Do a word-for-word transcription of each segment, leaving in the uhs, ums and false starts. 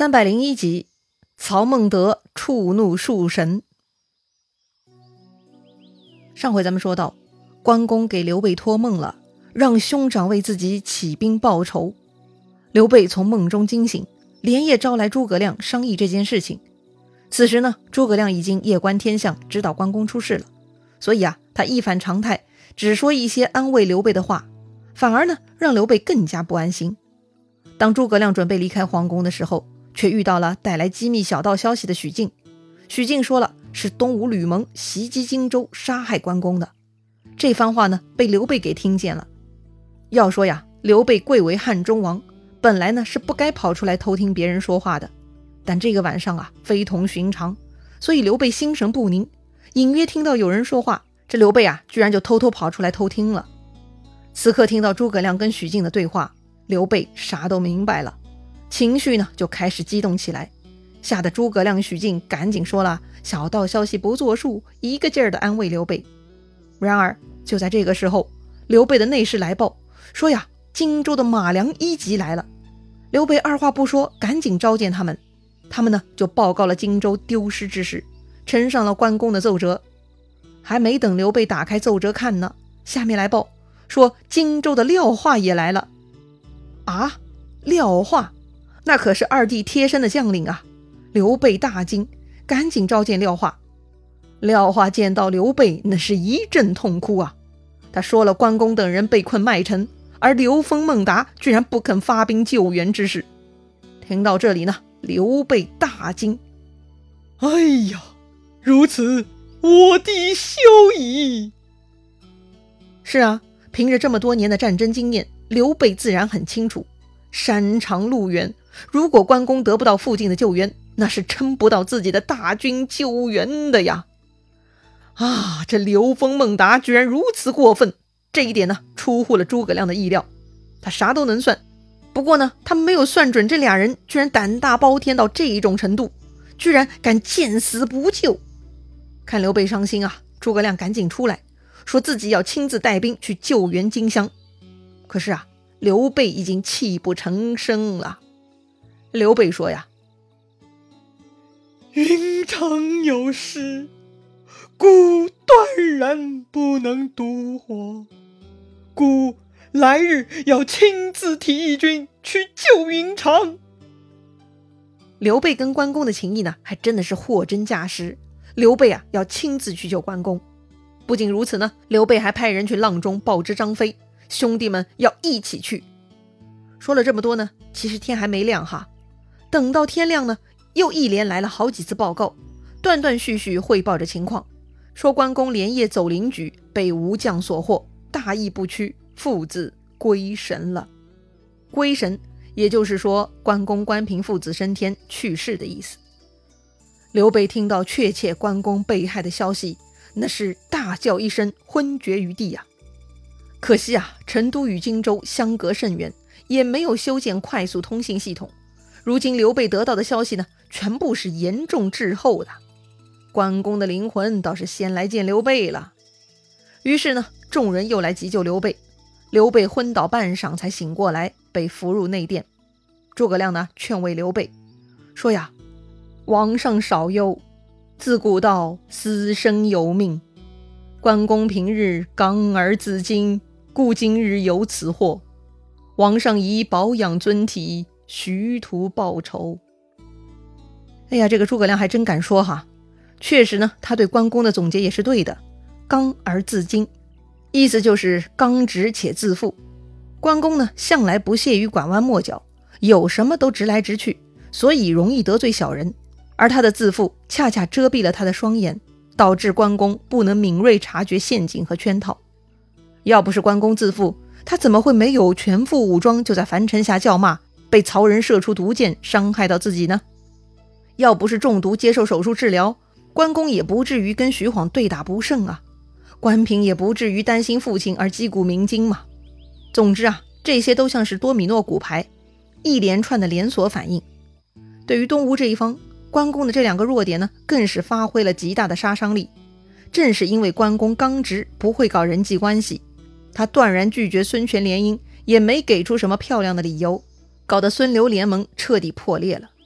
三百零一集，曹孟德触怒树神。上回咱们说到，关公给刘备托梦了，让兄长为自己起兵报仇。刘备从梦中惊醒，连夜招来诸葛亮商议这件事情。此时呢，诸葛亮已经夜观天象，知道关公出事了，所以啊，他一反常态，只说一些安慰刘备的话，反而呢，让刘备更加不安心。当诸葛亮准备离开皇宫的时候，却遇到了带来机密小道消息的许靖。许靖说了，是东吴吕蒙袭击荆州，杀害关公的。这番话呢，被刘备给听见了。要说呀，刘备贵为汉中王，本来呢是不该跑出来偷听别人说话的，但这个晚上啊，非同寻常，所以刘备心神不宁，隐约听到有人说话，这刘备啊，居然就偷偷跑出来偷听了。此刻听到诸葛亮跟许靖的对话，刘备啥都明白了，情绪呢就开始激动起来，吓得诸葛亮、许靖赶紧说了小道消息不作数，一个劲儿的安慰刘备。然而就在这个时候，刘备的内侍来报说呀，荆州的马良一级来了。刘备二话不说，赶紧召见他们。他们呢就报告了荆州丢失之事，呈上了关公的奏折。还没等刘备打开奏折看呢，下面来报说荆州的廖化也来了。啊，廖化，那可是二弟贴身的将领啊！刘备大惊，赶紧召见廖化。廖化见到刘备，那是一阵痛哭啊！他说了关公等人被困麦城，而刘封、孟达居然不肯发兵救援之事。听到这里呢，刘备大惊：哎呀，如此，我弟休矣！是啊，凭着这么多年的战争经验，刘备自然很清楚，山长路远，如果关公得不到附近的救援，那是撑不到自己的大军救援的呀！啊，这刘封、孟达居然如此过分，这一点呢，出乎了诸葛亮的意料。他啥都能算，不过呢，他没有算准这俩人居然胆大包天到这种程度，居然敢见死不救。看刘备伤心啊，诸葛亮赶紧出来，说自己要亲自带兵去救援荆襄。可是啊，刘备已经泣不成声了。刘备说呀， 云长有失，故断然不能独活，故来日要亲自提义军去救云长。 刘备跟关公的情谊呢，还真的是货真价实。刘备啊，要亲自去救关公。不仅如此呢，刘备还派人去阆中报知张飞，兄弟们要一起去。说了这么多呢，其实天还没亮哈。等到天亮呢，又一连来了好几次报告，断断续续汇报着情况，说关公连夜走灵举，被吴将所获，大意不屈，父子归神了。归神也就是说关公关平父子升天去世的意思。刘备听到确切关公被害的消息，那是大叫一声，昏厥于地啊！可惜啊，成都与荆州相隔甚远，也没有修建快速通信系统。如今刘备得到的消息呢，全部是严重滞后的。关公的灵魂倒是先来见刘备了。于是呢，众人又来急救刘备。刘备昏倒半晌才醒过来，被扶入内殿。诸葛亮呢，劝慰刘备说呀，王上少忧，自古道死生有命，关公平日刚而自矜，故今日有此祸。王上宜保养尊体，徐图报仇。哎呀，这个诸葛亮还真敢说哈。确实呢，他对关公的总结也是对的，刚而自矜，意思就是刚直且自负。关公呢，向来不屑于拐弯抹角，有什么都直来直去，所以容易得罪小人。而他的自负恰恰遮蔽了他的双眼，导致关公不能敏锐察觉陷阱和圈套。要不是关公自负，他怎么会没有全副武装就在樊城下叫骂，被曹仁射出毒箭伤害到自己呢？要不是中毒接受手术治疗，关公也不至于跟徐晃对打不胜啊，关平也不至于担心父亲而击鼓鸣金嘛。总之啊，这些都像是多米诺骨牌，一连串的连锁反应。对于东吴这一方，关公的这两个弱点呢，更是发挥了极大的杀伤力。正是因为关公刚直，不会搞人际关系，他断然拒绝孙权联姻，也没给出什么漂亮的理由，搞得孙刘联盟彻底破裂了。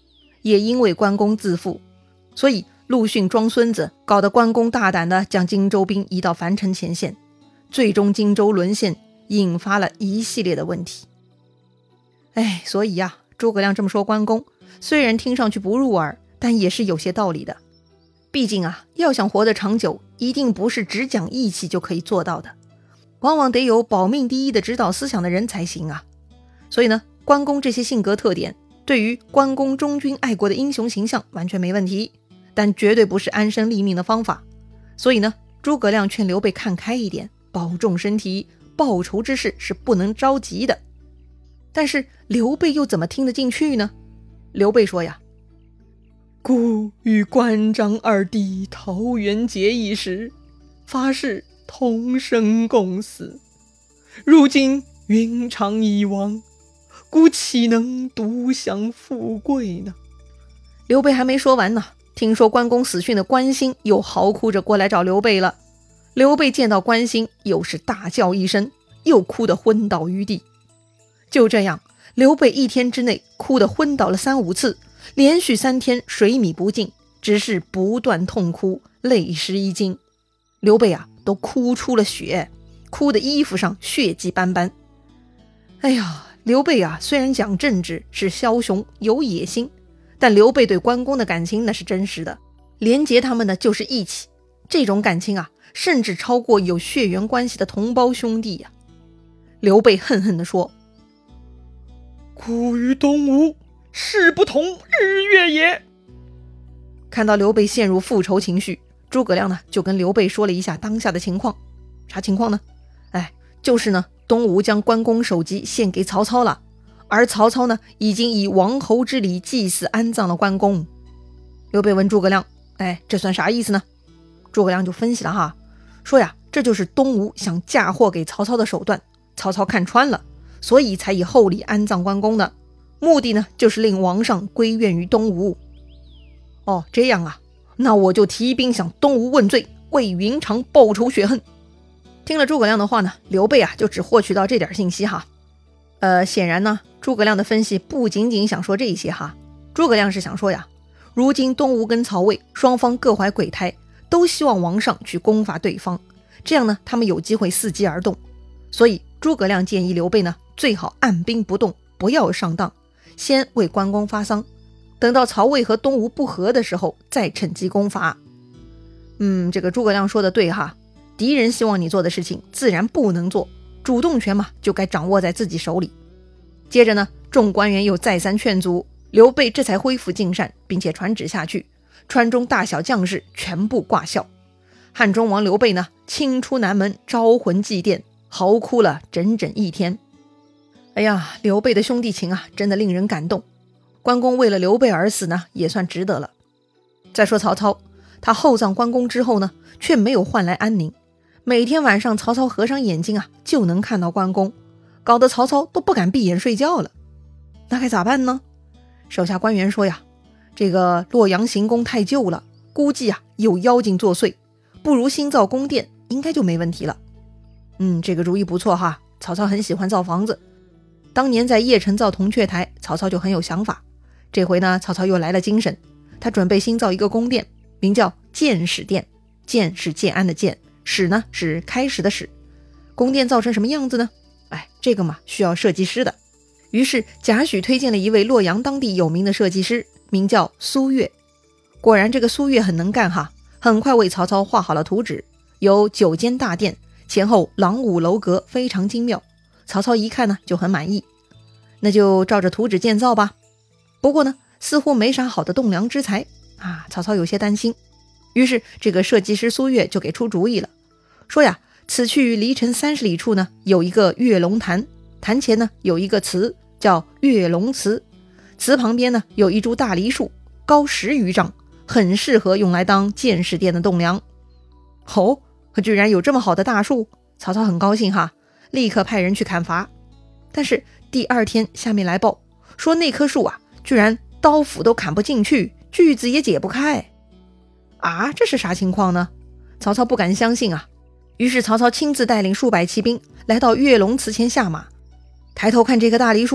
也因为关公自负，所以陆逊装孙子，搞得关公大胆地将荆州兵移到樊城前线，最终荆州沦陷，引发了一系列的问题。哎，所以呀、啊，诸葛亮这么说关公，虽然听上去不入耳，但也是有些道理的。毕竟啊，要想活得长久，一定不是只讲义气就可以做到的，往往得有保命第一的指导思想的人才行啊。所以呢，关公这些性格特点，对于关公忠君爱国的英雄形象完全没问题，但绝对不是安身立命的方法。所以呢，诸葛亮劝刘备看开一点，保重身体，报仇之事是不能着急的。但是刘备又怎么听得进去呢？刘备说呀， 孤与关张二弟桃园结义时，发誓同生共死，如今云长已亡，孤岂能独享富贵呢？ 刘备还没说完呢，听说关公死讯的关兴又嚎哭着过来找刘备了。刘备见到关兴，又是大叫一声，又哭得昏倒于地。就这样，刘备一天之内哭得昏倒了三五次，连续三天水米不进，只是不断痛哭，泪湿衣襟。刘备啊，都哭出了血，哭的衣服上血迹斑斑。哎呀，刘备啊，虽然讲政治是枭雄有野心，但刘备对关公的感情那是真实的，连结他们的就是义气。这种感情啊，甚至超过有血缘关系的同胞兄弟呀、啊。刘备恨恨地说， 孤与东吴势不同日月也。 看到刘备陷入复仇情绪，诸葛亮呢就跟刘备说了一下当下的情况。啥情况呢？哎，就是呢，东吴将关公首级献给曹操了，而曹操呢已经以王侯之礼祭祀安葬了关公。刘备问诸葛亮，哎，这算啥意思呢？诸葛亮就分析了哈，说呀，这就是东吴想嫁祸给曹操的手段，曹操看穿了，所以才以厚礼安葬关公的，目的呢就是令王上归怨于东吴。哦，这样啊，那我就提兵向东吴问罪，为云长报仇雪恨。听了诸葛亮的话呢，刘备啊就只获取到这点信息哈。呃，显然呢，诸葛亮的分析不仅仅想说这些哈，诸葛亮是想说呀，如今东吴跟曹魏双方各怀鬼胎，都希望王上去攻伐对方，这样呢，他们有机会伺机而动。所以诸葛亮建议刘备呢，最好按兵不动，不要上当，先为关公发丧，等到曹魏和东吴不和的时候，再趁机攻伐。嗯，这个诸葛亮说的对哈，敌人希望你做的事情，自然不能做，主动权嘛，就该掌握在自己手里。接着呢，众官员又再三劝阻，刘备这才恢复敬善，并且传旨下去，川中大小将士全部挂孝。汉中王刘备呢，亲出南门招魂祭奠，嚎哭了整整一天。哎呀，刘备的兄弟情啊，真的令人感动。关公为了刘备而死呢，也算值得了。再说曹操，他厚葬关公之后呢，却没有换来安宁。每天晚上曹操合上眼睛啊，就能看到关公，搞得曹操都不敢闭眼睡觉了。那该咋办呢？手下官员说呀，这个洛阳行宫太旧了，估计啊有妖精作祟，不如新造宫殿，应该就没问题了。嗯，这个主意不错哈，曹操很喜欢造房子。当年在邺城造铜雀台，曹操就很有想法。这回呢，曹操又来了精神，他准备新造一个宫殿，名叫建始殿。建是建安的建，始呢是开始的始。宫殿造成什么样子呢？哎，这个嘛需要设计师的。于是贾诩推荐了一位洛阳当地有名的设计师，名叫苏越。果然这个苏越很能干哈，很快为曹操画好了图纸，有九间大殿，前后廊庑楼阁，非常精妙。曹操一看呢就很满意，那就照着图纸建造吧。不过呢，似乎没啥好的栋梁之材啊，曹操有些担心。于是这个设计师苏越就给出主意了，说呀，此去离城三十里处呢，有一个跃龙潭，潭前呢有一个祠叫跃龙祠，祠旁边呢有一株大梨树，高十余丈，很适合用来当建始殿的栋梁。哦，居然有这么好的大树，曹操很高兴哈，立刻派人去砍伐。但是第二天下面来报说，那棵树啊，居然刀斧都砍不进去，锯子也解不开。啊，这是啥情况呢？曹操不敢相信啊。于是曹操亲自带领数百骑兵来到跃龙祠前下马，抬头看这棵大梨树啊，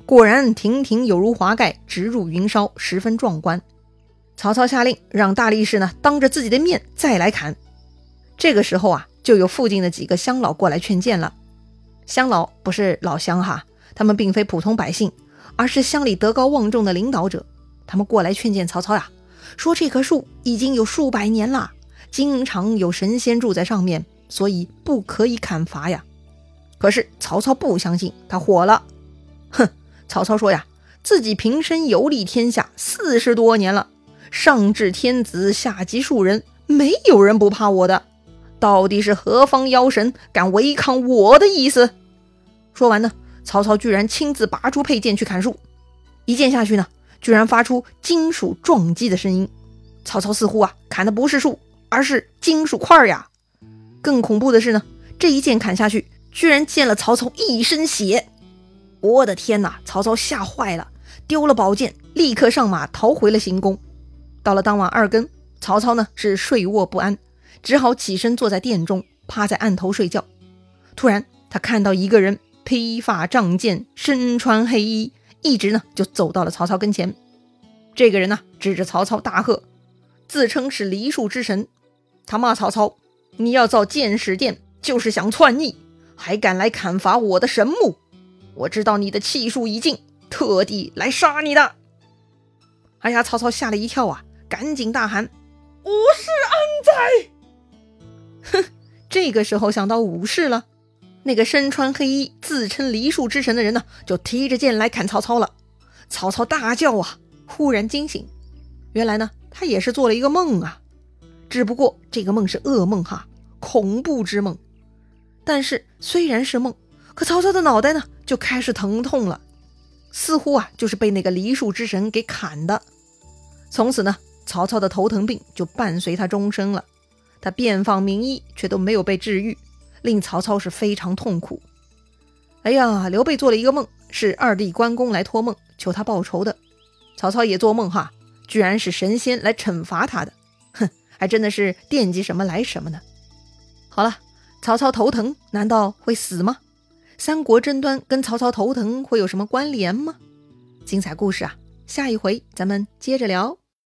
果然亭亭有如华盖，直入云梢，十分壮观。曹操下令让大力士呢当着自己的面再来砍。这个时候啊，就有附近的几个乡老过来劝谏了。乡老不是老乡哈，他们并非普通百姓，而是乡里德高望重的领导者。他们过来劝谏曹操呀，说这棵树已经有数百年了，经常有神仙住在上面，所以不可以砍伐呀。可是曹操不相信，他火了。哼，曹操说呀，自己平生游历天下四十多年了，上至天子，下及庶人，没有人不怕我的。到底是何方妖神敢违抗我的意思？说完呢，曹操居然亲自拔出佩剑去砍树，一剑下去呢，居然发出金属撞击的声音。曹操似乎啊砍的不是树，而是金属块呀。更恐怖的是呢，这一剑砍下去，居然溅了曹操一身血。我的天哪！曹操吓坏了，丢了宝剑，立刻上马逃回了行宫。到了当晚二更，曹操呢是睡卧不安，只好起身坐在殿中，趴在案头睡觉。突然他看到一个人披发仗剑，身穿黑衣，一直呢就走到了曹操跟前。这个人呢指着曹操大喝，自称是梨树之神。他骂曹操，你要造剑使殿就是想篡逆，还敢来砍伐我的神木，我知道你的气数已尽，特地来杀你的。哎呀，曹操吓了一跳啊，赶紧大喊， 吾事安在。哼，这个时候想到武士了，那个身穿黑衣自称梨树之神的人呢，就提着剑来砍曹操了。曹操大叫啊，忽然惊醒，原来呢他也是做了一个梦啊，只不过这个梦是噩梦哈，恐怖之梦。但是虽然是梦，可曹操的脑袋呢就开始疼痛了，似乎啊就是被那个梨树之神给砍的。从此呢，曹操的头疼病就伴随他终生了。他遍访名医，却都没有被治愈，令曹操是非常痛苦。哎呀，刘备做了一个梦，是二弟关公来托梦求他报仇的。曹操也做梦哈，居然是神仙来惩罚他的。哼，还真的是惦记什么来什么呢。好了，曹操头疼难道会死吗？三国争端跟曹操头疼会有什么关联吗？精彩故事啊，下一回咱们接着聊。